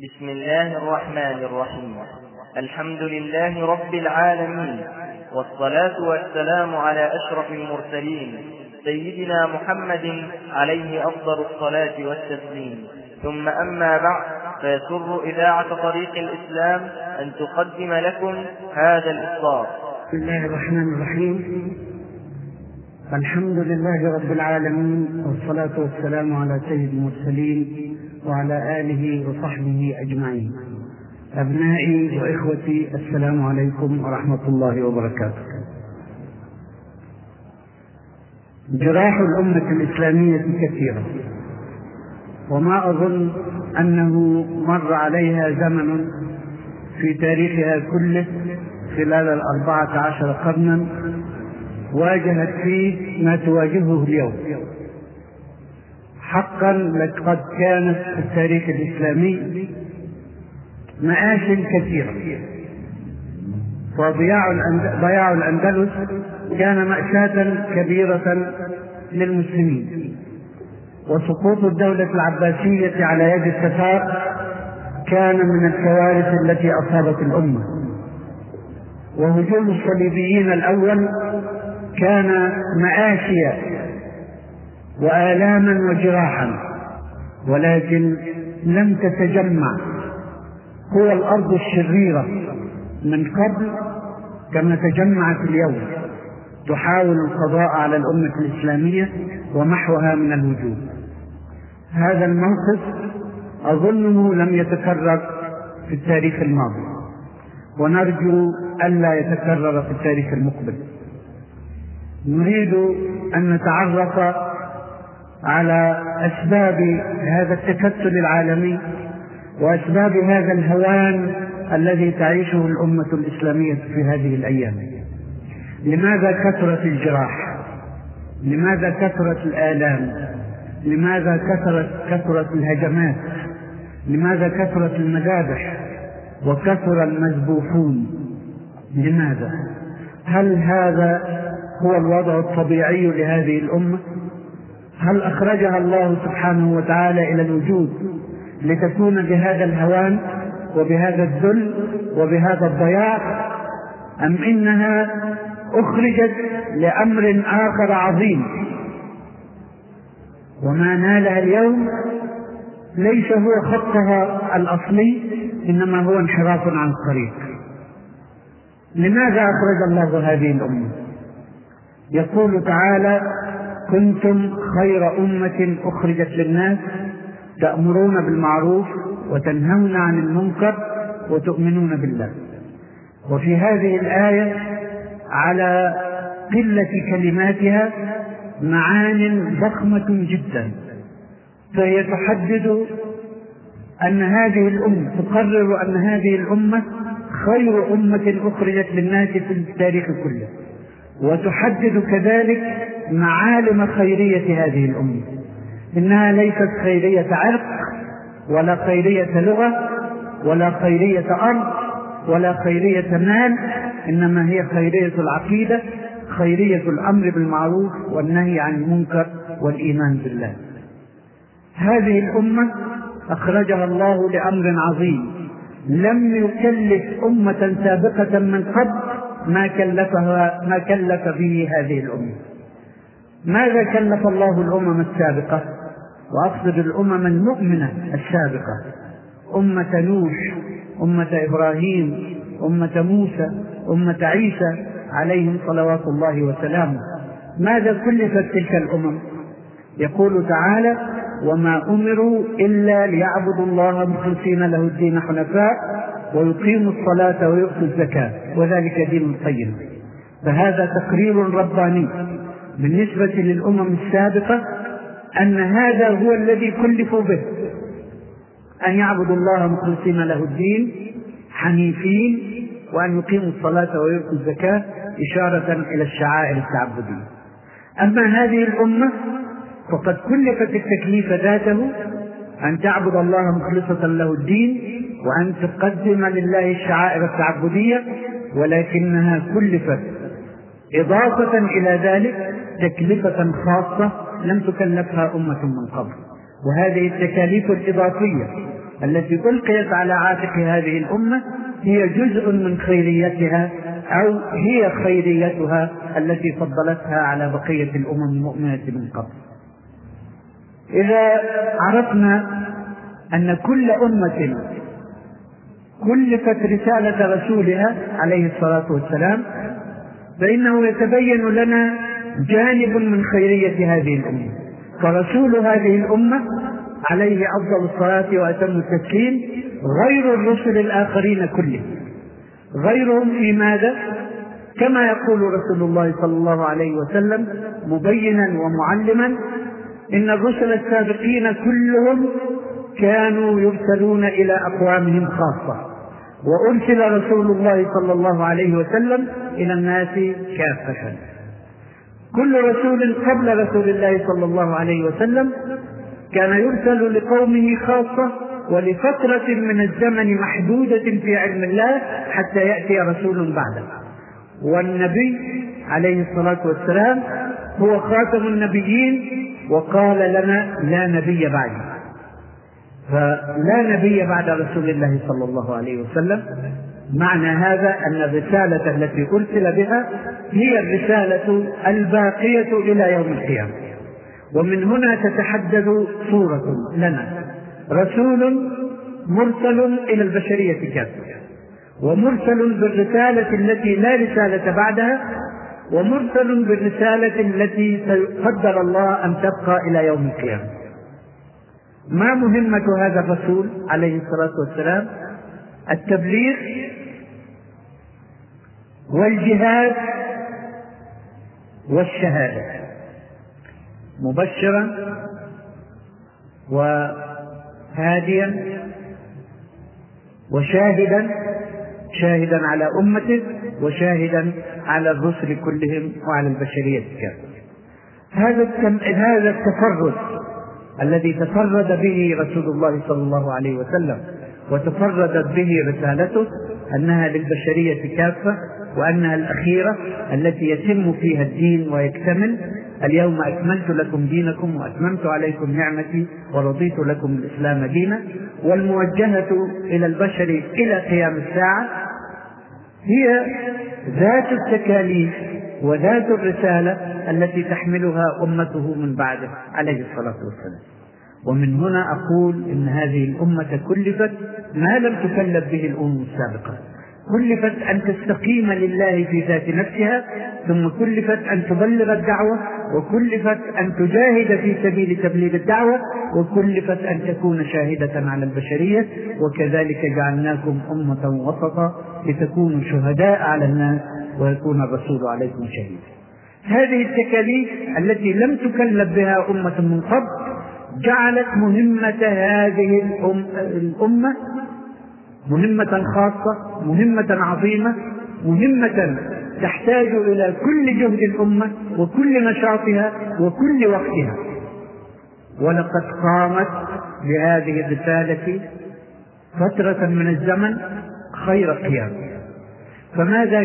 بسم الله الرحمن الرحيم. الحمد لله رب العالمين، والصلاة والسلام على أشرف المرسلين سيدنا محمد عليه أفضل الصلاة والتسليم. ثم أما بعد، فيسر إذاعة طريق الإسلام أن تقدم لكم هذا الإصدار. بسم الله الرحمن الرحيم. الحمد لله رب العالمين، والصلاة والسلام على سيد المرسلين وعلى آله وصحبه أجمعين. أبنائي وإخوتي، السلام عليكم ورحمة الله وبركاته. جراح الأمة الإسلامية كثيرة، وما أظن أنه مر عليها زمن في تاريخها كله خلال 14 قرنا واجهت فيه ما تواجهه اليوم. حقا لقد كانت في التاريخ الإسلامي مآش كثيرة، وضياع الأندلس كان مأساة كبيرة للمسلمين، وسقوط الدولة العباسية على يد التتار كان من الكوارث التي أصابت الأمة، وهجوم الصليبيين الأول كان مآسيا وآلاما وجراحا، ولكن لم تتجمع قوى الأرض الشريرة من قبل كما تجمعت اليوم تحاول القضاء على الأمة الإسلامية ومحوها من الوجود. هذا الموقف أظنه لم يتكرر في التاريخ الماضي، ونرجو ألا يتكرر في التاريخ المقبل. نريد أن نتعرف على أسباب هذا التكتل العالمي وأسباب هذا الهوان الذي تعيشه الأمة الإسلامية في هذه الأيام. لماذا كثرت الجراح؟ لماذا كثرت الآلام؟ لماذا كثرت الهجمات؟ لماذا كثرت المذابح وكثر المذبوحون؟ لماذا؟ هل هذا هو الوضع الطبيعي لهذه الأمة؟ هل أخرجها الله سبحانه وتعالى إلى الوجود لتكون بهذا الهوان وبهذا الذل وبهذا الضياع، أم إنها أخرجت لأمر آخر عظيم؟ وما نالها اليوم ليس هو خطها الأصلي، إنما هو انحراف عن الطريق. لماذا أخرج الله هذه الأمة؟ يقول تعالى: كنتم خير أمة أخرجت للناس تأمرون بالمعروف وتنهون عن المنكر وتؤمنون بالله. وفي هذه الآية على قلة كلماتها معان ضخمة جدا، فهي تحدد أن هذه الأمة، تقرر أن هذه الأمة خير أمة أخرجت للناس في التاريخ كله، وتحدد كذلك معالم خيرية هذه الأمة. إنها ليست خيرية عرق ولا خيرية لغة ولا خيرية أرض ولا خيرية مال، إنما هي خيرية العقيدة، خيرية الأمر بالمعروف والنهي عن المنكر والإيمان بالله. هذه الأمة أخرجها الله لأمر عظيم لم يكلف أمة سابقة من قبل ما كلف به هذه الأمة. ماذا كلف الله الأمم السابقة؟ وأقصد الأمم المؤمنة السابقة: أمة نوح، أمة إبراهيم، أمة موسى، أمة عيسى عليهم صلوات الله وسلامه. ماذا كلفت تلك الأمم؟ يقول تعالى: وما أمروا إلا ليعبدوا الله مخلصين له الدين حنفاء ويقيموا الصلاة ويؤتوا الزكاة وذلك دين القيم. فهذا تقرير رباني بالنسبة للأمم السابقة أن هذا هو الذي كلفوا به، أن يعبدوا الله مخلصين له الدين حنيفين، وأن يقيموا الصلاة ويؤتوا الزكاة، إشارة إلى الشعائر التعبدية. أما هذه الأمة فقد كلفت التكليف ذاته أن تعبد الله مخلصة له الدين وأن تقدم لله الشعائر التعبدية، ولكنها كلفت إضافة إلى ذلك تكلفة خاصة لم تكلفها أمة من قبل. وهذه التكاليف الإضافية التي ألقيت على عاتق هذه الأمة هي جزء من خيريتها، أو هي خيريتها التي فضلتها على بقية الأمم المؤمنة من قبل. إذا عرفنا أن كل أمة كلفت رسالة رسولها عليه الصلاة والسلام، فإنه يتبين لنا جانب من خيرية هذه الأمة. فرسول هذه الأمة عليه أفضل الصلاة وأتم التسليم غير الرسل الآخرين كلهم. غيرهم في ماذا؟ كما يقول رسول الله صلى الله عليه وسلم مبينا ومعلما: إن الرسل السابقين كلهم كانوا يرسلون إلى أقوامهم خاصة، وأرسل رسول الله صلى الله عليه وسلم إلى الناس كافة. كل رسول قبل رسول الله صلى الله عليه وسلم كان يرسل لقومه خاصة ولفترة من الزمن محدودة في علم الله حتى يأتي رسول بعده. والنبي عليه الصلاة والسلام هو خاتم النبيين، وقال لنا: لا نبي بعدي. فلا نبي بعد رسول الله صلى الله عليه وسلم. معنى هذا أن الرسالة التي أرسل بها هي الرسالة الباقية إلى يوم القيامة. ومن هنا تتحدد صورة لنا: رسول مرسل إلى البشرية كافة، ومرسل بالرسالة التي لا رسالة بعدها، ومرسل بالرسالة التي قدر الله أن تبقى إلى يوم القيامة. ما مهمة هذا الرسول عليه الصلاة والسلام؟ التبليغ والجهاد والشهادة، مبشرا وهاديا وشاهدا، شاهدا على أمته وشاهدا على الرسل كلهم وعلى البشرية كافة. هذا التفرد الذي تفرد به رسول الله صلى الله عليه وسلم وتفردت به رسالته أنها للبشرية كافة، وأنها الأخيرة التي يتم فيها الدين ويكتمل. اليوم أكملت لكم دينكم وأتممت عليكم نعمتي ورضيت لكم الإسلام دينا. والموجهة إلى البشر إلى قيام الساعة هي ذات التكاليف وذات الرسالة التي تحملها أمته من بعده عليه الصلاة والسلام. ومن هنا أقول إن هذه الأمة كلفت ما لم تكلف به الأمم السابقة. كلفت أن تستقيم لله في ذات نفسها، ثم كلفت أن تبلغ الدعوة، وكلفت أن تجاهد في سبيل تبليغ الدعوة، وكلفت أن تكون شاهدة على البشرية. وكذلك جعلناكم أمة وسطا لتكونوا شهداء على الناس ويكون الرسول عليكم شهيدا. هذه التكاليف التي لم تكلف بها أمة من قبل جعلت مهمة هذه الأمة مهمة خاصة، مهمة عظيمة، مهمة تحتاج إلى كل جهد الأمة وكل نشاطها وكل وقتها. ولقد قامت بهذه الرسالة فترة من الزمن خير قيام. فماذا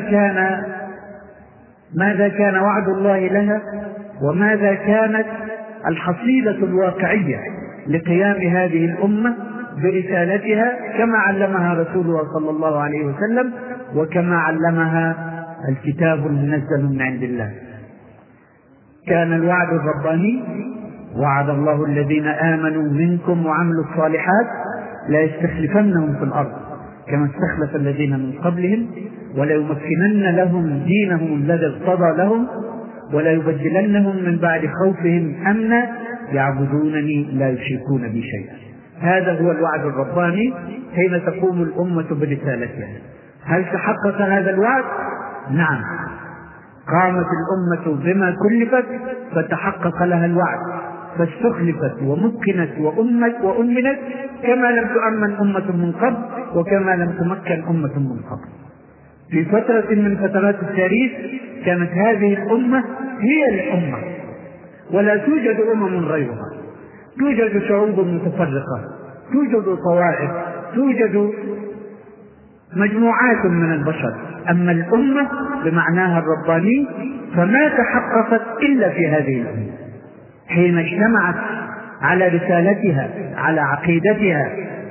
كان وعد الله لها، وماذا كانت الحصيلة الواقعية لقيام هذه الأمة برسالتها كما علمها رسوله صلى الله عليه وسلم، وكما علمها الكتاب المنزل من عند الله. كان الوعد الرباني: وعد الله الذين آمنوا منكم وعملوا الصالحات لا يستخلفنهم في الأرض كما استخلف الذين من قبلهم وليمكنن لهم دينهم الذي ارتضى لهم وليبدلنهم من بعد خوفهم أمنا يعبدونني لا يشركون بي شيئا. هذا هو الوعد الرباني حين تقوم الأمة برسالتها. هل تحقق هذا الوعد؟ نعم، قامت الأمة بما كلفت فتحقق لها الوعد، فاستخلفت ومكنت وأمنت كما لم تؤمن أمة من قبل وكما لم تمكن أمة من قبل. في فترة من فترات التاريخ كانت هذه الأمة هي الأمة، ولا توجد أمم غيرها. توجد شعوب متفرقة، توجد طوائف، توجد مجموعات من البشر، أما الأمة بمعناها الرباني فما تحققت إلا في هذه الأمة حين اجتمعت على رسالتها، على عقيدتها،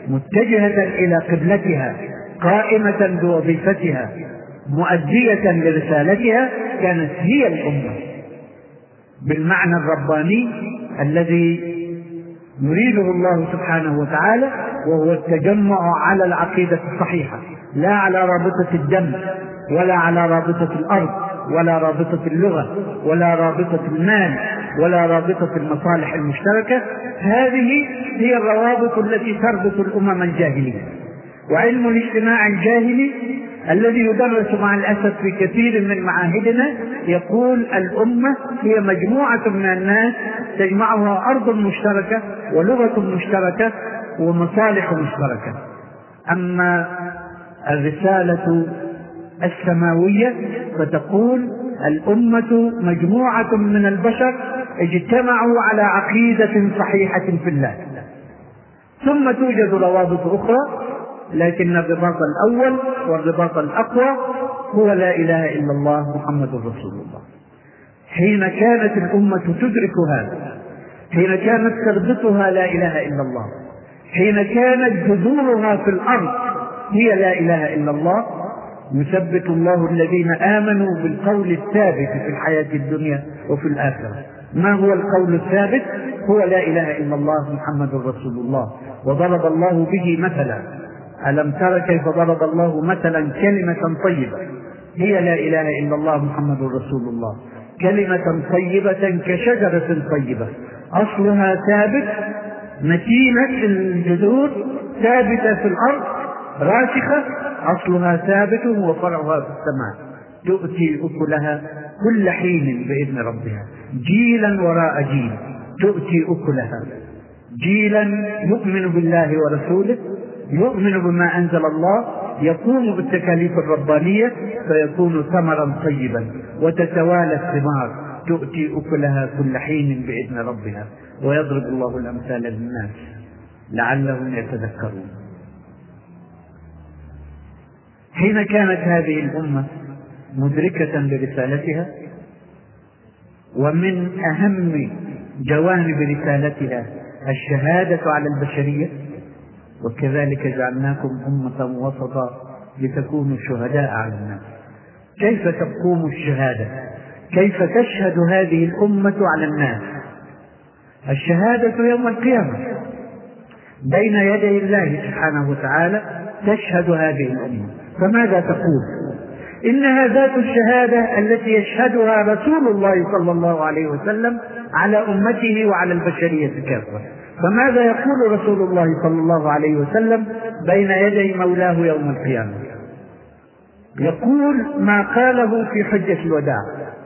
متجهة إلى قبلتها، قائمة بوظيفتها، مؤدية لرسالتها، كانت هي الأمة بالمعنى الرباني الذي يريده الله سبحانه وتعالى، وهو التجمع على العقيدة الصحيحة، لا على رابطة الدم، ولا على رابطة الأرض، ولا رابطة اللغة، ولا رابطة المال، ولا رابطة المصالح المشتركة. هذه هي الروابط التي تربط الأمم الجاهلية. وعلم الاجتماع الجاهلي الذي يدرس مع الأسف في كثير من معاهدنا يقول الأمة هي مجموعة من الناس تجمعها أرض مشتركة ولغة مشتركة ومصالح مشتركة. أما الرسالة السماوية فتقول الأمة مجموعة من البشر اجتمعوا على عقيدة صحيحة في الله. ثم توجد روابط أخرى، لكن الرباط الأول والرباط الأقوى هو لا إله إلا الله محمد رسول الله. حين كانت الأمة تدرك هذا، حين كانت تربطها لا إله إلا الله، حين كانت جذورها في الأرض هي لا إله إلا الله، يثبت الله الذين آمنوا بالقول الثابت في الحياة الدنيا وفي الآخرة. ما هو القول الثابت؟ هو لا إله إلا الله محمد رسول الله. وضرب الله به مثلا، ألم تر كيف ضرب الله مثلا كلمة طيبة هي لا إله إلا الله محمد رسول الله، كلمة طيبة كشجرة طيبة أصلها ثابت، متينة الجذور، ثابتة في الأرض، راسخة، أصلها ثابت وفرعها في السماء، تؤتي أكلها كل حين بإذن ربها، جيلا وراء جيل تؤتي أكلها. جيلا يؤمن بالله ورسوله، يؤمن بما أنزل الله، يقوم بالتكاليف الربانية، فيكون ثمرا طيبا وتتوالى الثمار، تؤتي أكلها كل حين بإذن ربها. ويضرب الله الأمثال للناس لعلهم يتذكرون. حين كانت هذه الأمة مدركة لرسالتها، ومن أهم جوانب رسالتها الشهادة على البشرية، وكذلك جعلناكم أمة وسطا لتكونوا شهداء على الناس. كيف تقوم الشهادة؟ كيف تشهد هذه الأمة على الناس؟ الشهادة يوم القيامة بين يدي الله سبحانه وتعالى تشهد هذه الأمة. فماذا تقول؟ إنها ذات الشهادة التي يشهدها رسول الله صلى الله عليه وسلم على أمته وعلى البشرية كافة. فماذا يقول رسول الله صلى الله عليه وسلم بين يدي مولاه يوم القيامة؟ يقول ما قاله في حجة الوداع: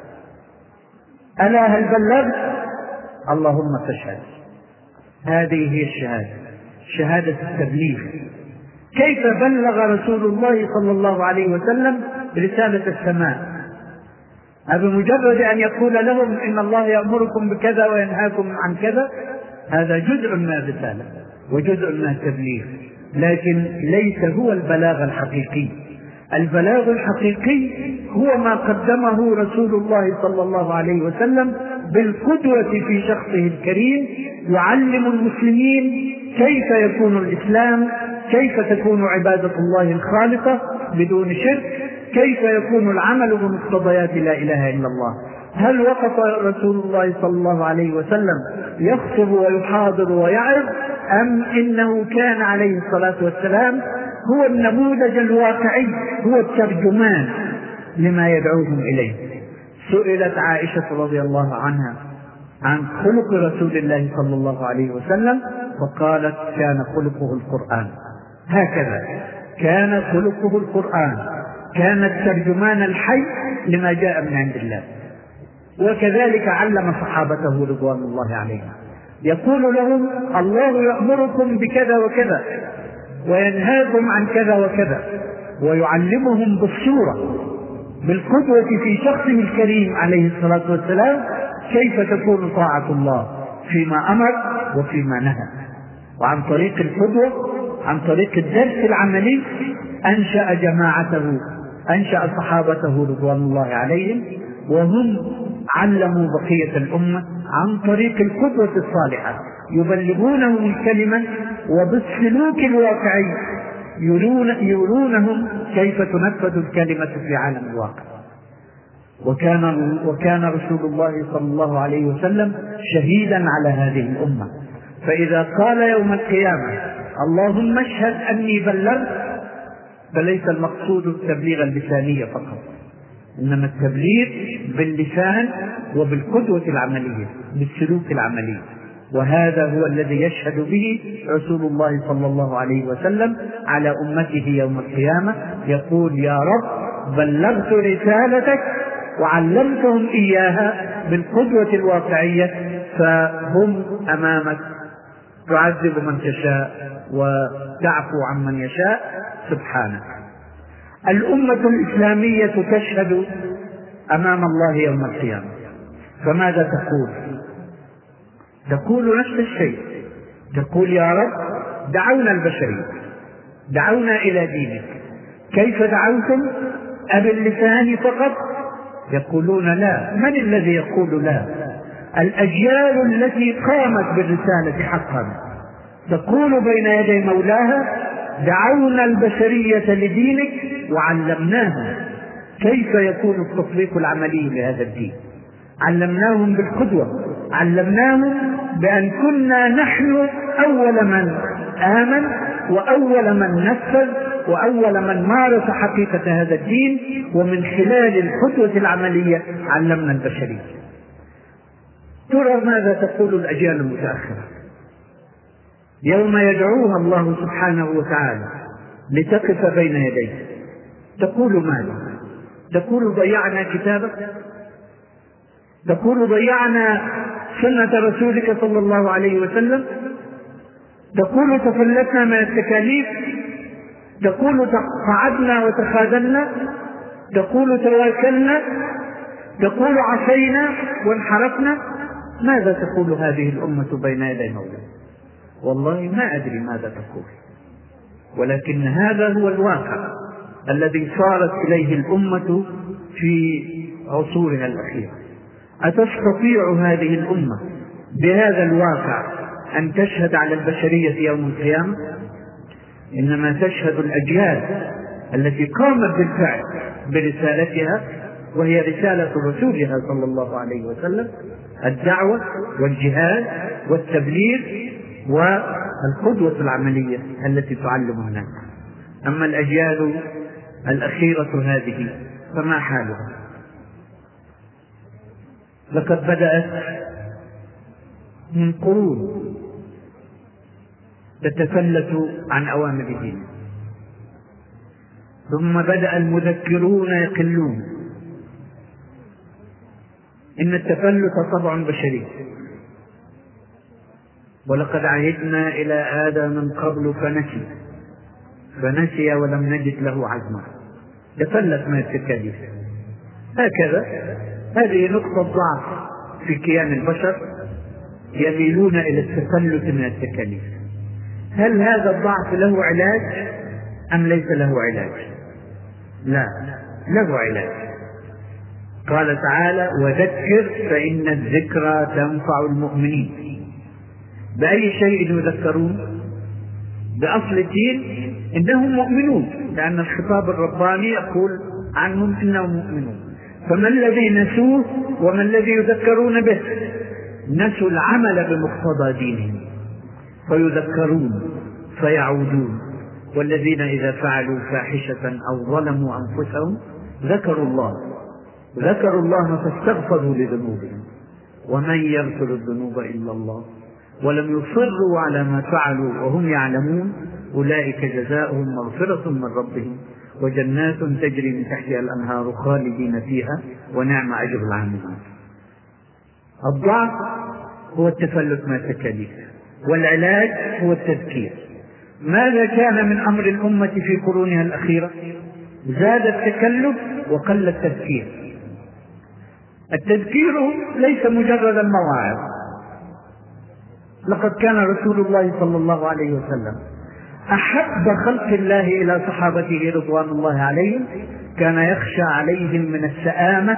ألا هل بلغت؟ اللهم فاشهد. هذه هي الشهادة، شهادة التبليغ. كيف بلغ رسول الله صلى الله عليه وسلم رسالة السماء؟ بمجرد أن يقول لهم إن الله يأمركم بكذا وينهاكم عن كذا، هذا جزء من الرسالة وجزء من التبليغ، لكن ليس هو البلاغ الحقيقي. البلاغ الحقيقي هو ما قدمه رسول الله صلى الله عليه وسلم بالقدوة في شخصه الكريم، يعلم المسلمين كيف يكون الإسلام، كيف تكون عبادة الله الخالصة بدون شرك، كيف يكون العمل بمقتضيات لا إله إلا الله. هل وقف رسول الله صلى الله عليه وسلم يخطب ويحاضر ويعظ، أم إنه كان عليه الصلاة والسلام هو النموذج الواقعي، هو الترجمان لما يدعوهم إليه؟ سئلت عائشة رضي الله عنها عن خلق رسول الله صلى الله عليه وسلم فقالت كان خلقه القرآن. هكذا كان خلقه القرآن، كان الترجمان الحي لما جاء من عند الله. وكذلك علم صحابته رضوان الله عليهم، يقول لهم الله يأمركم بكذا وكذا وينهاكم عن كذا وكذا، ويعلمهم بالصورة بالقدوة في شخصه الكريم عليه الصلاة والسلام كيف تكون طاعة الله فيما أمر وفيما نهى. وعن طريق القدوة، عن طريق الدرس العملي، أنشأ جماعته، أنشأ صحابته رضوان الله عليهم، وهم علموا بقية الأمة عن طريق القدوة الصالحة، يبلغونهم الكلمة وبالسلوك الواقعي يرونهم كيف تنفذ الكلمة في عالم الواقع. وكان رسول الله صلى الله عليه وسلم شهيدا على هذه الأمة، فإذا قال يوم القيامة اللهم اشهد أني بلغت، فليس المقصود التبليغ اللساني فقط، إنما التبليغ باللسان وبالقدوة العملية، بالسلوك العملي. وهذا هو الذي يشهد به رسول الله صلى الله عليه وسلم على أمته يوم القيامة، يقول يا رب بلغت رسالتك وعلمتهم إياها بالقدوة الواقعية، فهم أمامك تعذب من تشاء وتعفو عمن يشاء سبحانك. الأمة الإسلامية تشهد أمام الله يوم القيامة، فماذا تقول؟ تقول نفس الشيء، تقول يا رب دعونا البشرية، دعونا إلى دينك. كيف دعوتم؟ أباللسان فقط؟ يقولون لا. من الذي يقول لا؟ الأجيال التي قامت بالرسالة حقا تقول بين يدي مولاها دعونا البشرية لدينك وعلمناهم كيف يكون التطبيق العملي لهذا الدين. علمناهم بالقدوة، علمناهم بأن كنا نحن أول من آمن وأول من نفذ وأول من مارس حقيقة هذا الدين، ومن خلال الخطوة العملية علمنا البشرية. ترى ماذا تقول الأجيال المتأخرة يوم يدعوها الله سبحانه وتعالى لتقف بين يديه؟ تقول ماذا؟ تقول ضيعنا كتابك، تقول ضيعنا سنة رسولك صلى الله عليه وسلم، تقول تفلتنا من التكاليف، تقول قعدنا وتخاذلنا، تقول تواكلنا، تقول عصينا وانحرفنا. ماذا تقول هذه الأمة بين يدي مولانا؟ والله ما أدري ماذا تقول، ولكن هذا هو الواقع الذي صارت إليه الأمة في عصورها الأخيرة. أتستطيع هذه الأمة بهذا الواقع أن تشهد على البشرية يوم القيامة؟ إنما تشهد الأجيال التي قامت بالفعل برسالتها، وهي رسالة رسولها صلى الله عليه وسلم، الدعوة والجهاد والتبليغ والقدوة العملية التي تعلم الناس. أما الأجيال الأخيرة هذه فما حالها؟ لقد بدأت من قرون تتفلت عن أوامر الدين، ثم بدأ المذكرون يقلون. إن التفلت طبع بشري، ولقد عهدنا إلى آدم من قبل فنسي ولم نجد له عزما. تفلت من التكاليف هكذا. هذه نقطة ضعف في كيان البشر، يميلون إلى التفلت من التكاليف. هل هذا الضعف له علاج أم ليس له علاج؟ لا، له علاج. قال تعالى وذكر فإن الذكرى تنفع المؤمنين. بأي شيء يذكرون؟ بأصل الدين إنهم مؤمنون، لأن الخطاب الرباني يقول عنهم إنهم مؤمنون. فما الذي نسوه وما الذي يذكرون به؟ نسوا العمل بمقتضى دينهم فيذكرون فيعودون. والذين إذا فعلوا فاحشة أو ظلموا أنفسهم ذكروا الله فاستغفروا لذنوبهم ومن يغفر الذنوب إلا الله ولم يصروا على ما فعلوا وهم يعلمون أولئك جزاؤهم مغفرة من ربهم وجنات تجري من تحتها الأنهار خالدين فيها ونعم أجر العاملين. الضعف هو التفلت من التكاليف، والعلاج هو التذكير. ماذا كان من أمر الأمة في قرونها الأخيرة؟ زاد التكلف وقل التذكير. التذكير ليس مجرد المواعظ. لقد كان رسول الله صلى الله عليه وسلم أحب خلق الله إلى صحابته رضوان الله عليهم، كان يخشى عليهم من السآمة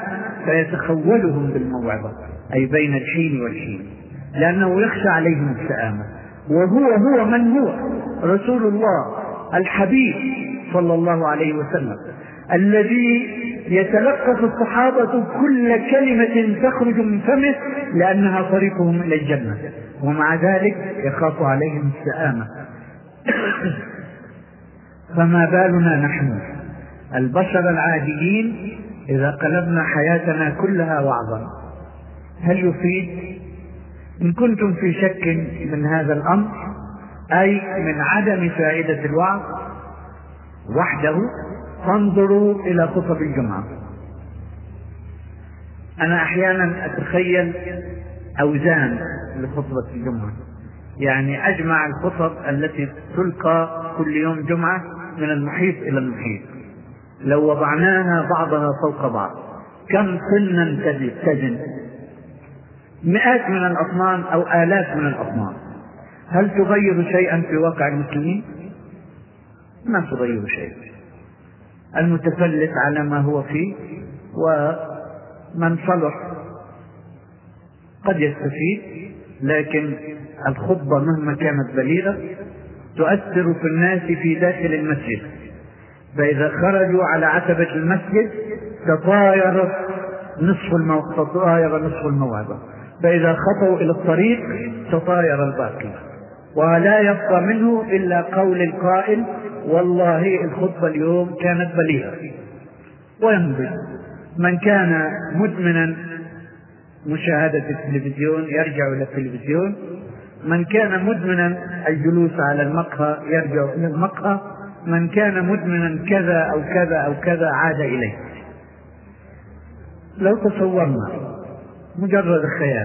فيتخولهم بالموعظة، أي بين الحين والحين، لأنه يخشى عليهم السآمة. وهو من هو رسول الله الحبيب صلى الله عليه وسلم، الذي يتلقف الصحابة كل كلمة تخرج من فمه لأنها طريقهم إلى الجنة، ومع ذلك يخاف عليهم السآمة. فما بالنا نحن البشر العاديين إذا قلبنا حياتنا كلها وعظا؟ هل يفيد؟ إن كنتم في شك من هذا الأمر، أي من عدم فائدة الوعظ وحده، فانظروا إلى خطب الجمعة. أنا أحيانا أتخيل أوزان لخطبة الجمعة، يعني أجمع الخطب التي تلقى كل يوم جمعة من المحيط إلى المحيط، لو وضعناها بعضها فوق بعض كم طنا تزن؟ مئات من الأطنان أو آلاف من الأطنان. هل تغير شيئا في واقع المسلمين؟ ما تغير شيئا. المتفلت على ما هو فيه، ومن صلح قد يستفيد، لكن الخطبة مهما كانت بليغة تؤثر في الناس في داخل المسجد، فإذا خرجوا على عتبة المسجد تطاير نصف الموعظة، فإذا خطوا إلى الطريق تطاير الباقي، ولا يبقى منه إلا قول القائل والله الخطبة اليوم كانت بليغة، ويمضي. من كان مدمنا مشاهدة التلفزيون يرجع إلى التلفزيون، من كان مدمنا الجلوس على المقهى يرجع إلى المقهى، من كان مدمنا كذا أو كذا أو كذا عاد إليه. لو تصورنا مجرد خيال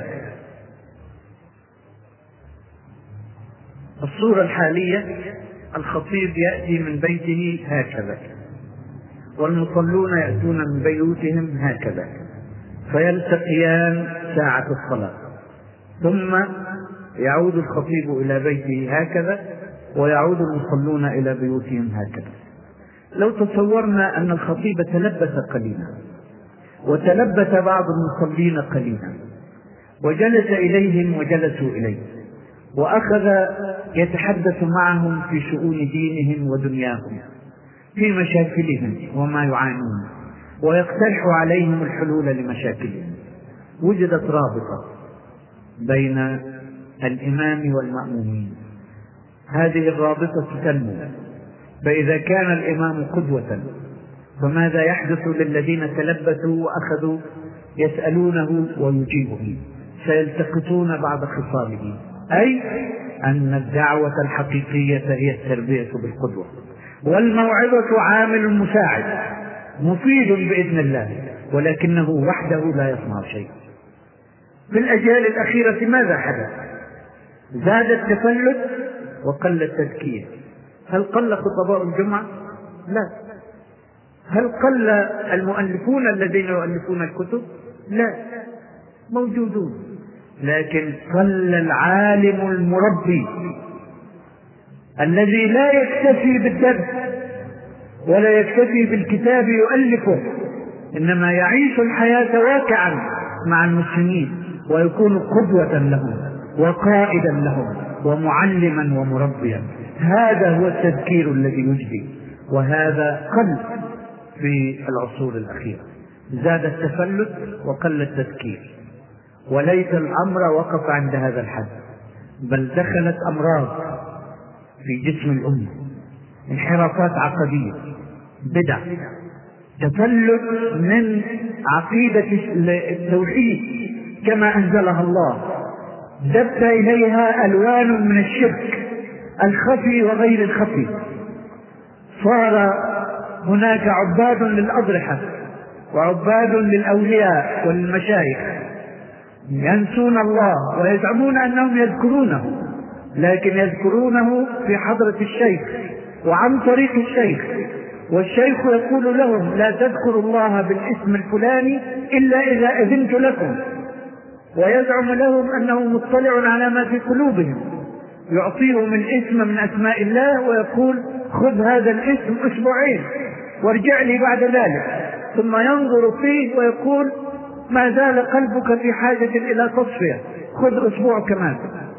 الصورة الحالية، الخطيب يأتي من بيته هكذا، والمصلون يأتون من بيوتهم هكذا، فيلتقيان ساعة الصلاة، ثم يعود الخطيب إلى بيته هكذا، ويعود المصلون إلى بيوتهم هكذا. لو تصورنا أن الخطيب تلبس قليلا، وتلبس بعض المصلين قليلا، وجلس إليهم وجلسوا إليه، وأخذ يتحدث معهم في شؤون دينهم ودنياهم، في مشاكلهم وما يعانون، ويقترح عليهم الحلول لمشاكلهم، وجدت رابطة بين الإمام والمأمومين. هذه الرابطة تنمو، فإذا كان الإمام قدوة، فماذا يحدث للذين تلبسوا وأخذوا يسألونه ويجيبهم؟ سيلتقطون بعض خصاله، أي أن الدعوة الحقيقية هي التربية بالقدوة، والموعظة عامل مساعد مفيد بإذن الله، ولكنه وحده لا يصنع شيء. في الأجيال الأخيرة ماذا حدث؟ زاد التفلت وقل التذكير. هل قل خطباء الجمعة؟ لا. هل قل المؤلفون الذين يؤلفون الكتب؟ لا، موجودون، لكن قل العالم المربي الذي لا يكتفي بالدرس ولا يكتفي بالكتاب يؤلفه، إنما يعيش الحياة واقعا مع المسلمين، ويكون قدوة لهم وقائدا لهم ومعلما ومربيا. هذا هو التذكير الذي يجدي، وهذا قل في العصور الأخيرة. زاد التفلت وقل التذكير، وليس الأمر وقف عند هذا الحد، بل دخلت أمراض في جسم الأمة، انحرافات عقدية، بدع، تفلت من عقيدة التوحيد كما أنزلها الله، دب إليها ألوان من الشرك الخفي وغير الخفي. صار هناك عباد للأضرحة وعباد للأولياء والمشايخ ينسون الله ويزعمون أنهم يذكرونه، لكن يذكرونه في حضرة الشيخ وعن طريق الشيخ، والشيخ يقول لهم لا تذكروا الله بالاسم الفلاني إلا إذا أذنت لكم، ويزعم لهم أنه مطلع على ما في قلوبهم، يعطيهم الاسم من أسماء الله ويقول خذ هذا الاسم أسبوعين وارجع لي بعد ذلك، ثم ينظر فيه ويقول ما زال قلبك في حاجة إلى تصفية، خذ أسبوع كمان.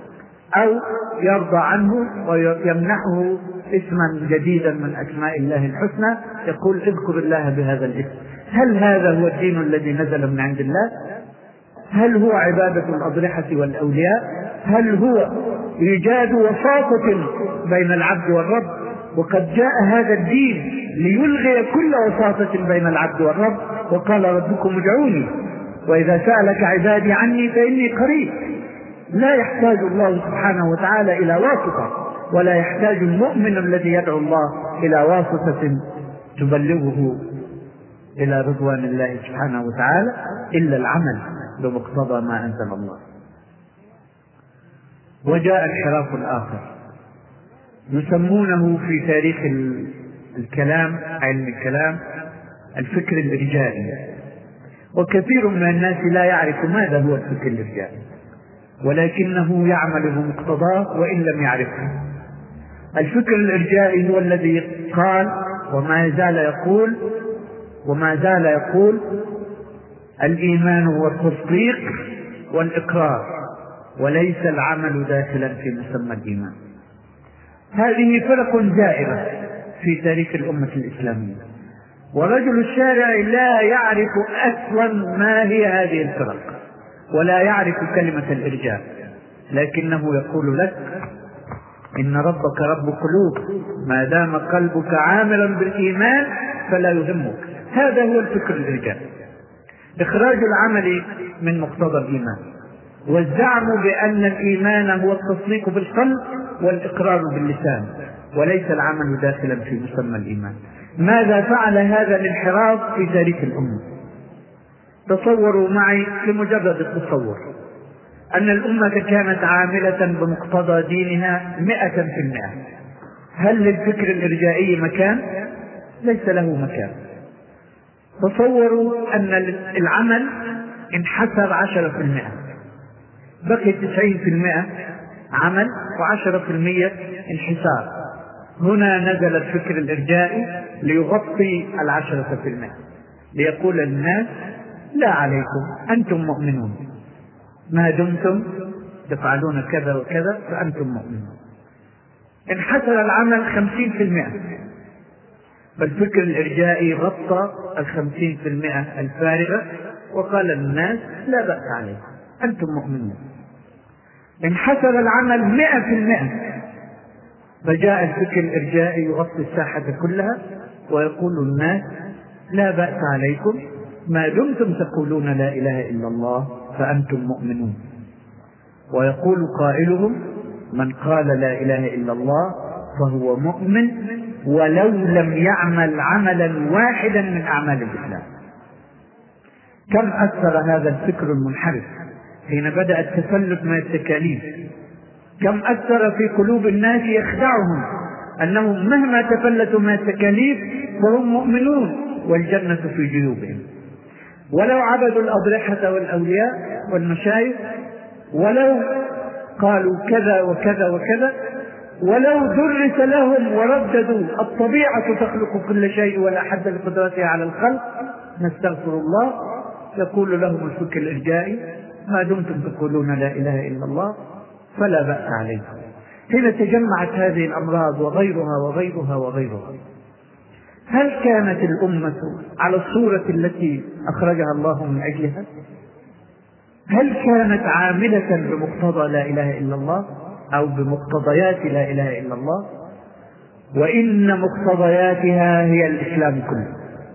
أو يرضى عنه ويمنحه اسما جديدا من أسماء الله الحسنى، يقول اذكر الله بهذا الاسم. هل هذا هو الدين الذي نزل من عند الله؟ هل هو عبادة الأضرحة والأولياء؟ هل هو إيجاد وساطة بين العبد والرب؟ وقد جاء هذا الدين ليلغي كل وساطة بين العبد والرب، وقال ربكم ادعوني وإذا سألك عبادي عني فإني قريب. لا يحتاج الله سبحانه وتعالى إلى واسطة، ولا يحتاج المؤمن الذي يدعو الله إلى واسطة تبلغه إلى رضوان الله سبحانه وتعالى إلا العمل بمقتضى ما أنزل الله. وجاء انحراف آخر يسمونه في تاريخ الكلام، علم الكلام، الفكر الإرجائي. وكثير من الناس لا يعرف ماذا هو الفكر الإرجائي، ولكنه يعمل بمقتضاه وإن لم يعرفه. الفكر الإرجائي هو الذي قال وما زال يقول الإيمان هو التصديق والإقرار وليس العمل داخلا في مسمى الإيمان. هذه فرق زائرة في تاريخ الأمة الإسلامية، ورجل الشارع لا يعرف أصلا ما هي هذه الفرق ولا يعرف كلمة الإرجاء، لكنه يقول لك إن ربك رب قلوب، ما دام قلبك عاملا بالإيمان فلا يهمك. هذا هو الفكر الإرجاء، إخراج العمل من مقتضى الإيمان، والزعم بأن الإيمان هو التصديق بالقلب والإقرار باللسان وليس العمل داخلا في مسمى الإيمان. ماذا فعل هذا الانحراف في تاريخ الأمة؟ تصوروا معي لمجرد التصور أن الأمة كانت عاملة بمقتضى دينها 100%. هل للفكر الإرجائي مكان؟ ليس له مكان. تصوروا أن العمل انحسر 10%، بقي 90% عمل و10% انحسار. هنا نزل الفكر الإرجائي ليغطي 10%، ليقول للناس لا عليكم، أنتم مؤمنون، ما دمتم تفعلون كذا وكذا فأنتم مؤمنون. انحسر العمل 50%، فالفكر الإرجائي غطى 50% الفارغة وقال للناس لا بأس عليكم، أنتم مؤمنون. انحسر العمل 100%، فجاء الفكر الإرجائي يغطي الساحة كلها ويقول للناس لا بأس عليكم، ما دمتم تقولون لا إله إلا الله فأنتم مؤمنون. ويقول قائلهم من قال لا إله إلا الله فهو مؤمن ولو لم يعمل عملا واحدا من أعمال الإسلام. كم أثر هذا الفكر المنحرف حين بدأ التفلت من التكاليف؟ كم أثر في قلوب الناس يخدعهم أنهم مهما تفلتوا من التكاليف فهم مؤمنون والجنة في جيوبهم، ولو عبدوا الأضرحة والأولياء والمشايخ، ولو قالوا كذا وكذا وكذا، ولو درس لهم ورددوا الطبيعة تخلق كل شيء ولا حد لقدرتها على الخلق، نستغفر الله، يقول لهم الفكر الإرجائي ما دمتم تقولون لا إله إلا الله فلا بأس عليكم. حين تجمعت هذه الأمراض وغيرها وغيرها وغيرها، هل كانت الأمة على الصورة التي أخرجها الله من أجلها؟ هل كانت عاملة بمقتضى لا إله إلا الله أو بمقتضيات لا إله إلا الله؟ وإن مقتضياتها هي الإسلام كله.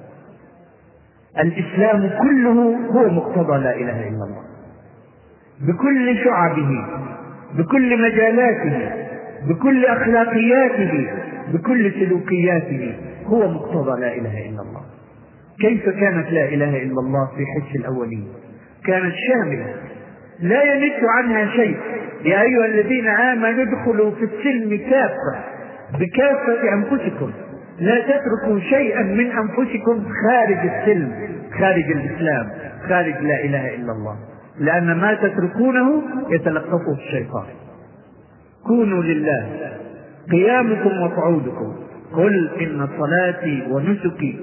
الإسلام كله هو مقتضى لا إله إلا الله بكل شعبه، بكل مجالاته، بكل أخلاقياته، بكل سلوكياته، هو مقتضى لا إله إلا الله. كيف كانت لا إله إلا الله في حس الأولين؟ كانت شاملة لا ينج عنها شيء. يا أيها الذين آمنوا ادخلوا في السلم كافة، بكافة أنفسكم، لا تتركوا شيئا من أنفسكم خارج السلم، خارج الإسلام، خارج لا إله إلا الله، لأن ما تتركونه يتلقفه الشيطان. كونوا لله قيامكم وقعودكم، قل إن صلاتي ونسكي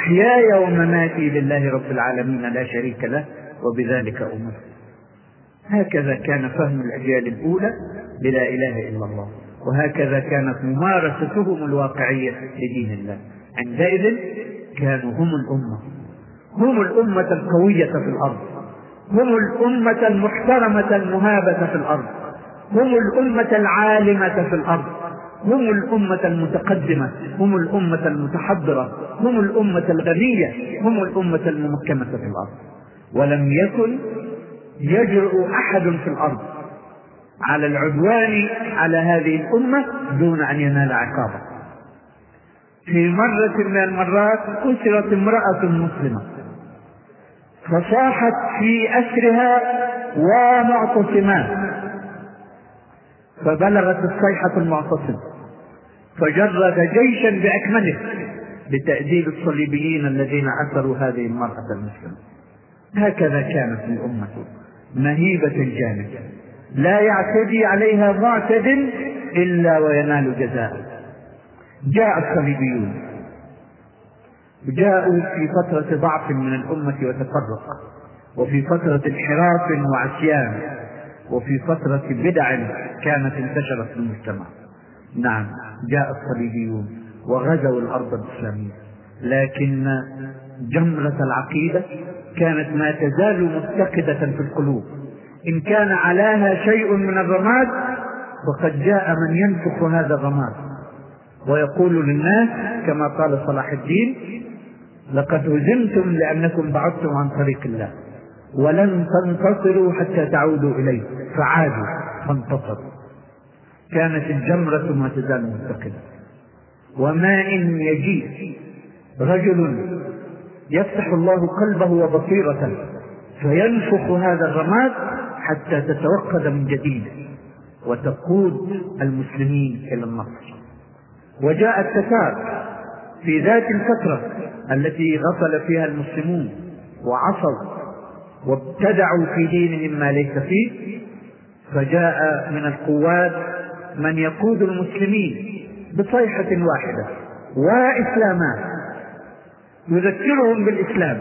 ومحياي ومماتي لله رب العالمين لا شريك له وبذلك أمرت. هكذا كان فهم الأجيال الأولى بلا إله إلا الله، وهكذا كانت ممارستهم الواقعية لدين الله. عندئذ كانوا هم الأمة القوية في الأرض، هم الأمة المحترمة المهابة في الأرض، هم الأمة العالمة في الأرض، هم الأمة المتقدمة، هم الأمة المتحضرة، هم الأمة الغنية، هم الأمة الممكنة في الأرض. ولم يكن يجرؤ أحد في الأرض على العدوان على هذه الأمة دون أن ينال عقابه. في مرة من المرات أسرت امرأة مسلمة فصاحت في أسرها ومعتصمات، فبلغت الصيحة المعتصم فجرد جيشا بأكمله لتأديب الصليبيين الذين أسروا هذه المرأة المسلمة. هكذا كانت الأمة مهيبة جامدة، لا يعتدي عليها معتد إلا وينال جزاء. جاء الصليبيون، جاءوا في فترة ضعف من الأمة وتفرق، وفي فترة انحراف وعصيان، وفي فترة بدع كانت انتشرت في المجتمع. نعم، جاء الصليبيون وغزوا الأرض الإسلامية، لكن جمرة العقيدة كانت ما تزال مفتقدة في القلوب. إن كان علاها شيء من الرماد فقد جاء من ينفخ هذا الرماد ويقول للناس كما قال صلاح الدين: لقد هزمتم لأنكم بعدتم عن طريق الله، ولن تنتصروا حتى تعودوا إليه، فعادوا فانتصروا. كانت الجمرة ما تزال مفتقدة. وما إن يجيء رجل يفتح الله قلبه وبصيرة فينفخ هذا الرماد حتى تتوقد من جديد وتقود المسلمين إلى النصر. وجاء التتار في ذات الفترة التي غفل فيها المسلمون وعصوا وابتدعوا في دينهم ما ليس فيه، فجاء من القوات من يقود المسلمين بصيحة واحدة وإسلامات، يذكرهم بالإسلام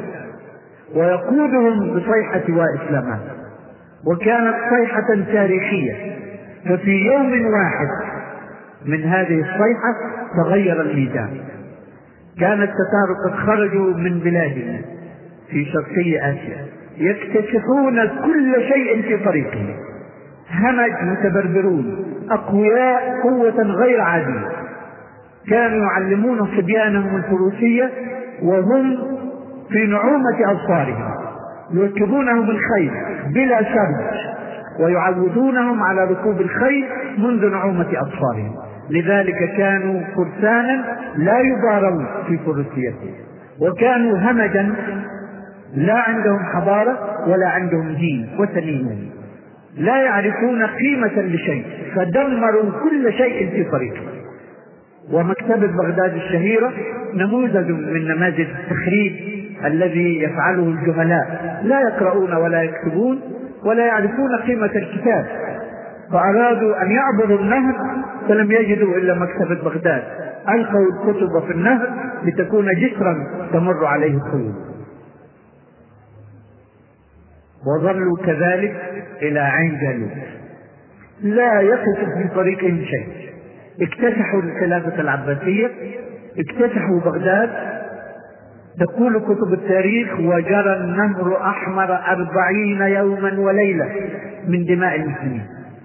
ويقودهم بصيحة وإسلامات. وكانت صيحة تاريخية، ففي يوم واحد من هذه الصيحة تغير الميدان. كان التتار قد خرجوا من بلادهم في شرقي آسيا يكتشفون كل شيء في طريقهم، همج متبربرون أقوياء قوة غير عادية، كانوا يعلمون صبيانهم الفروسية وهم في نعومة أبصارهم، يركبونهم الخيل بلا شرط ويعودونهم على ركوب الخيل منذ نعومة أبصارهم. لذلك كانوا فرسانا لا يضارون في فروسيتهم، وكانوا همجا لا عندهم حضارة ولا عندهم دين وثنيين، لا يعرفون قيمة لشيء، فدمروا كل شيء في طريقهم. ومكتبة بغداد الشهيرة نموذج من نماذج التخريب الذي يفعله الجهلاء، لا يقرؤون ولا يكتبون ولا يعرفون قيمة الكتاب، فأرادوا أن يعبروا النهر فلم يجدوا إلا مكتبة بغداد، ألقوا الكتب في النهر لتكون جسرا تمر عليه الخيول، وظلوا كذلك إلى عين جالوت لا يقف في طريقهم شيء. اكتسحوا الخلافة العباسية، اكتسحوا بغداد. تقول كتب التاريخ: وجرى النهر أحمر 40 يوما وليلة من دماء المسلمين.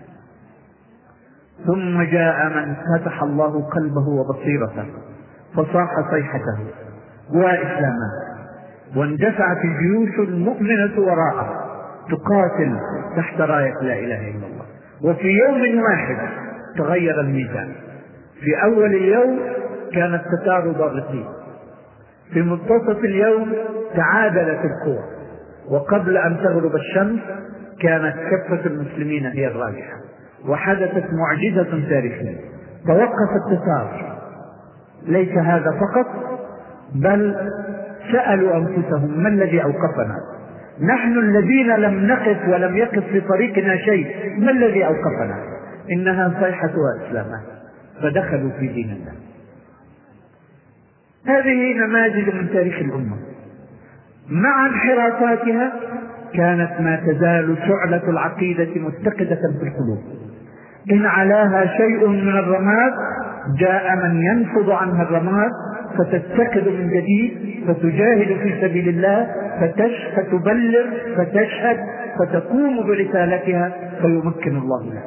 ثم جاء من فتح الله قلبه وبصيرته فصاح صيحته وإسلامه، واندفعت الجيوش المؤمنة وراءه تقاتل تحت راية لا إله إلا الله. وفي يوم واحد تغير الميزان. في أول اليوم كان التتار ضاغطين، في منتصف اليوم تعادلت القوى، وقبل أن تغرب الشمس كانت كفة المسلمين هي الراجحة، وحدثت معجزة تاريخية. توقف التتار. ليس هذا فقط، بل سألوا أنفسهم: ما الذي أوقفنا؟ نحن الذين لم نقف ولم يقف في طريقنا شيء، ما الذي أوقفنا؟ إنها صيحة وإسلامة، فدخلوا في دين الله. هذه نماذج من تاريخ الأمة. مع انحرافاتها كانت ما تزال شعلة العقيدة متقدة في القلوب. إن علاها شيء من الرماد جاء من ينفض عنها الرماد فتتقد من جديد، فتجاهد في سبيل الله، فتبلغ، فتشهد، فتقوم برسالتها، فيمكن الله لها.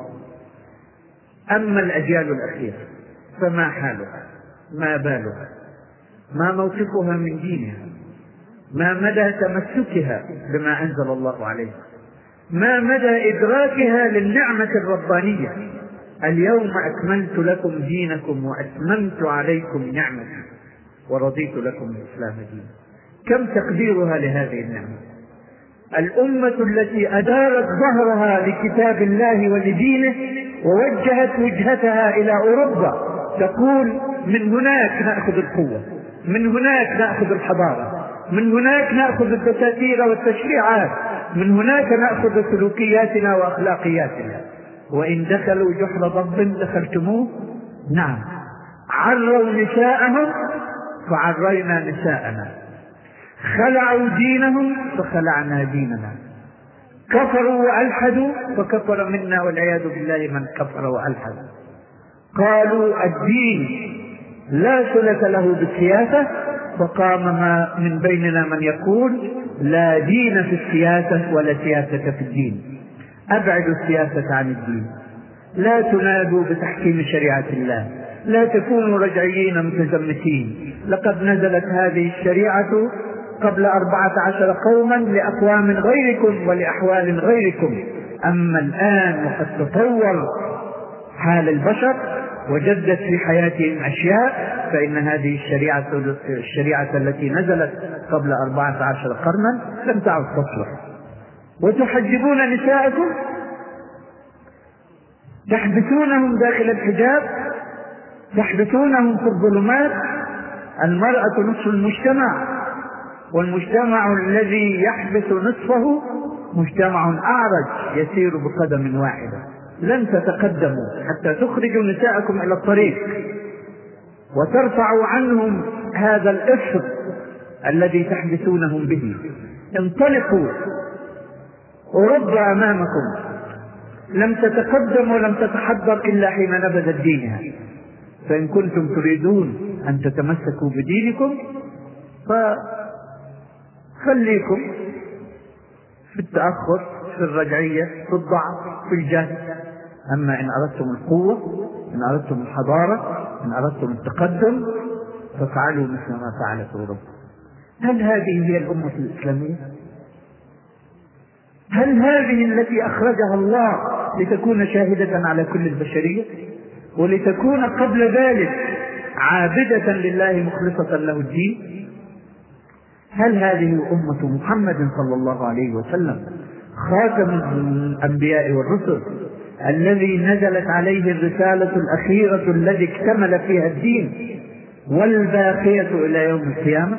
أما الأجيال الأخيرة فما حالها؟ ما بالها؟ ما موقفها من دينها؟ ما مدى تمسكها بما أنزل الله عليه؟ ما مدى إدراكها للنعمة الربانية؟ اليوم أكملت لكم دينكم وأتممت عليكم نعمتي ورضيت لكم الإسلام دينا. كم تقديرها لهذه النعمة؟ الأمة التي أدارت ظهرها لكتاب الله ولدينه ووجهت وجهتها إلى أوروبا تقول من هناك نأخذ القوة، من هناك نأخذ الحضارة، من هناك نأخذ الدساتير والتشريعات، من هناك نأخذ سلوكياتنا وأخلاقياتنا. وإن دخلوا جحر ضب دخلتموه. نعم، عروا نساءهم فعرينا نساءنا، خلعوا دينهم فخلعنا ديننا، كفروا وألحدوا فكفر منا والعياذ بالله من كفر وألحد. قالوا الدين لا صلة له بالسياسة، فقام من بيننا من يقول لا دين في السياسة ولا سياسة في الدين. أبعدوا السياسة عن الدين، لا تنادوا بتحكيم شريعة الله، لا تكونوا رجعيين متزمتين. لقد نزلت هذه الشريعة قبل 14 قوما لأقوام غيركم ولأحوال غيركم، أما الآن وقد تطور حال البشر وجدت في حياتهم أشياء، فإن هذه الشريعة التي نزلت قبل 14 قرنا لم تعد تصلح. وتحجبون نساءكم، تحبسونهم داخل الحجاب، تحبسونهم في الظلمات. المرأة نصف المجتمع، والمجتمع الذي يحبس نصفه مجتمع أعرج يسير بقدم واحدة. لن تتقدموا حتى تخرجوا نساءكم إلى الطريق وترفعوا عنهم هذا الإفك الذي تحبسونهم به. انطلقوا، أوروبا أمامكم، لم تتقدم ولم تتحضر إلا حين نبذت دينها. فإن كنتم تريدون أن تتمسكوا بدينكم فخليكم في التأخر، في الرجعية، في الضعف، في الجهل. أما إن أردتم القوة، إن أردتم الحضارة، إن أردتم التقدم، فافعلوا مثل ما فعلت أوروبا. هل هذه هي الأمة الإسلامية؟ هل هذه التي أخرجها الله لتكون شاهدة على كل البشرية ولتكون قبل ذلك عابدة لله مخلصة له الدين؟ هل هذه أمة محمد صلى الله عليه وسلم خاتم الأنبياء والرسل الذي نزلت عليه الرسالة الأخيرة التي اكتمل فيها الدين والباقية إلى يوم القيامة؟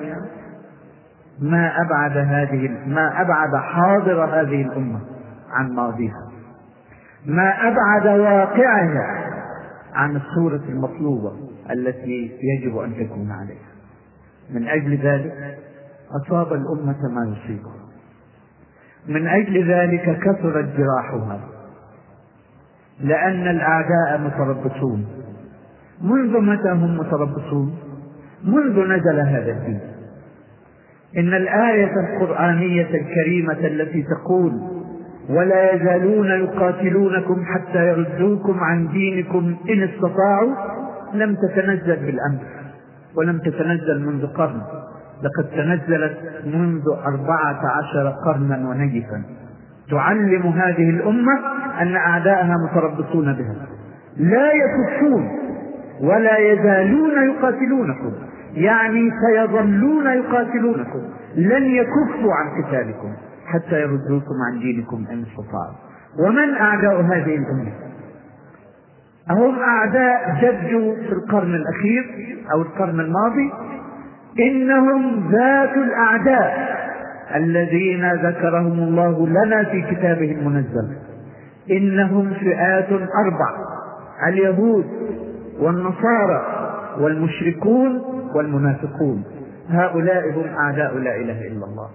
ما أبعد حاضر هذه الأمة عن ماضيها، ما أبعد واقعها عن الصورة المطلوبة التي يجب أن تكون عليها. من أجل ذلك أصاب الأمة ما يصيبها، من أجل ذلك كثرت جراحها، لأن الأعداء متربصون. منذ متى هم متربصون؟ منذ نزل هذا الدين. إن الآية القرآنية الكريمة التي تقول ولا يزالون يقاتلونكم حتى يردوكم عن دينكم إن استطاعوا لم تتنزل بالأمس، ولم تتنزل منذ قرن، لقد تنزلت منذ 14 قرنا ونجفا، تعلم هذه الأمة أن أعداءها متربصون بها، لا يكفون ولا يزالون يقاتلونكم، يعني سيظلون يقاتلونكم، لن يكفوا عن قتالكم حتى يردوكم عن دينكم إن استطاعوا. ومن أعداء هذه الأمة؟ هم أعداء جدوا في القرن الأخير أو القرن الماضي، إنهم ذات الأعداء الذين ذكرهم الله لنا في كتابه المنزل. إنهم فئات 4: اليهود والنصارى والمشركون والمنافقون. هؤلاء هم أعداء لا إله إلا الله.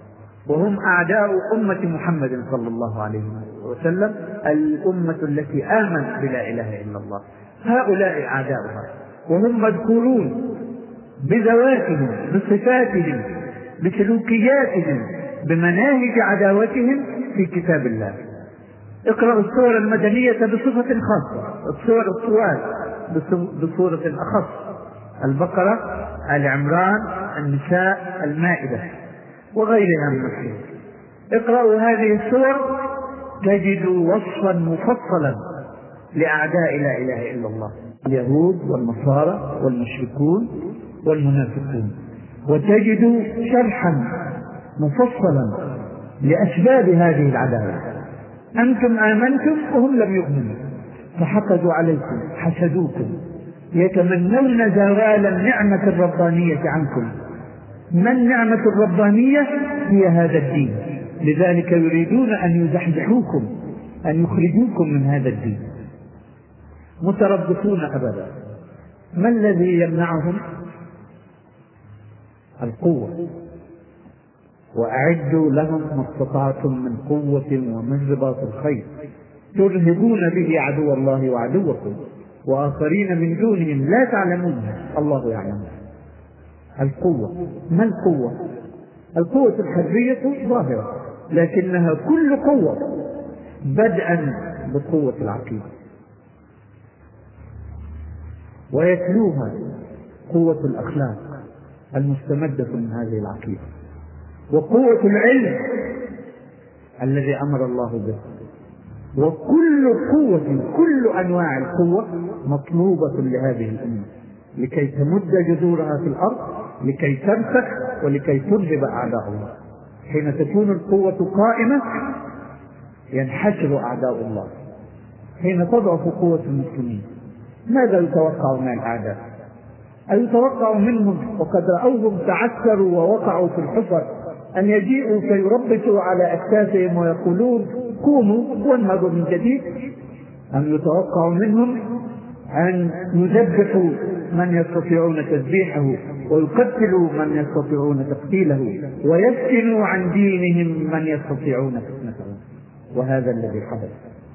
وهم أعداء أمة محمد صلى الله عليه وسلم، الأمة التي آمنت بلا إله إلا الله. هؤلاء أعداؤها، وهم مذكورون بذواتهم، بصفاتهم، بسلوكياتهم، بمناهج عداوتهم في كتاب الله. اقرأوا السور المدنية بصفة خاصة، السور الطوال بصورة أخص، البقرة، آل عمران، النساء، المائدة وغيرها من السور. اقرأوا هذه السور تجدوا وصفا مفصلا لأعداء لا إله إلا الله، اليهود والنصارى والمشركون والمنافقون، وتجدوا شرحا مفصلا لأسباب هذه العداوة. أنتم آمنتم وهم لم يؤمنوا، فحقدوا عليكم، حسدوكم، يتمنون زوال النعمة الربانية عنكم. ما النعمة الربانية؟ هي هذا الدين، لذلك يريدون أن يزحزحوكم، أن يخرجوكم من هذا الدين. متربصون أبدا. ما الذي يمنعهم؟ القوة. وأعدوا لهم ما استطعتم من قوة ومن رباط الخيل ترهبون به عدو الله وعدوكم وآخرين من دونهم لا تعلمونهم الله يعلم. القوة. ما القوة؟ القوة الحربية ظاهرة، لكنها كل قوة، بدءا بقوة العقيدة ويتلوها قوة الأخلاق المستمدة من هذه العقيدة، وقوة العلم الذي أمر الله به. وكل قوة، كل أنواع القوة مطلوبة لهذه الأمة لكي تمد جذورها في الأرض، لكي ترسخ ولكي ترهب أعداء الله. حين تكون القوة قائمة ينحشر أعداء الله. حين تضعف قوة المسلمين ماذا يتوقع من الأعداء؟ أيتوقع منهم وقد رأوهم تعثروا ووقعوا في الحفر أن يجيئوا فيربطوا على أكتافهم ويقولون قوموا وانهضوا من جديد؟ أم يتوقع منهم أن يذبحوا من يستطيعون تذبيحه ويقتلوا من يستطيعون تقتيله ويفتنوا عن دينهم من يستطيعون فتنته؟ وهذا الذي حدث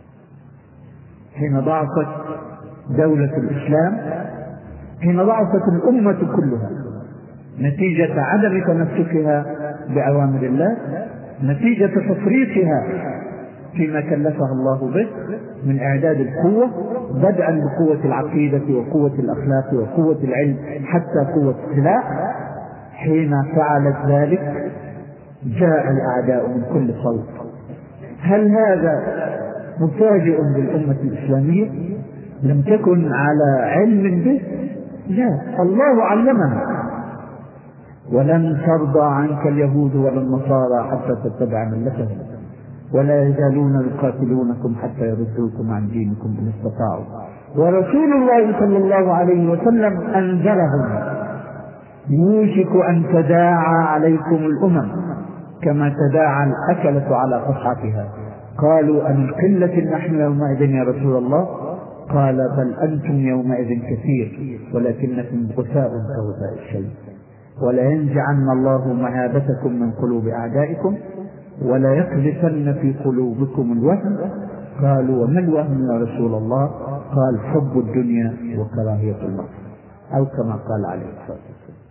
حين ضعفت دولة الإسلام، حين ضعفت الأمة كلها نتيجة عدم تمسكها بأوامر الله، نتيجة تفريطها فيما كلفها الله به من إعداد القوة، بدءا بقوة العقيدة وقوة الأخلاق وقوة العلم حتى قوة السلاح. حين فعلت ذلك جاء الأعداء من كل صوب. هل هذا مفاجئ بالأمة الإسلامية؟ لم تكن على علم به؟ لا، الله علمها. ولن ترضى عنك اليهود ولا النصارى حتى تتبع ملتهم ولا يزالون يقاتلونكم حتى يردوكم عن دينكم إن استطاعوا. ورسول الله صلى الله عليه وسلم أنذرهم: يوشك أن تداعى عليكم الأمم كما تداعى الأكلة على قصعتها. قالوا: أمن قلة نحن يومئذ يا رسول الله؟ قال: بل أنتم يومئذ كثير ولكنكم غثاء كغثاء الشيء. ولا ينزعن الله مهابتكم من قلوب أعدائكم ولا يقذفن في قلوبكم الوهن. قالوا: وما الوهن يا رسول الله؟ قال: حب الدنيا وكراهية الموت، أو كما قال عليه الصلاة والسلام.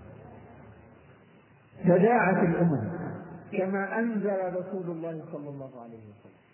تداعت الأمم كما أنزل رسول الله صلى الله عليه وسلم.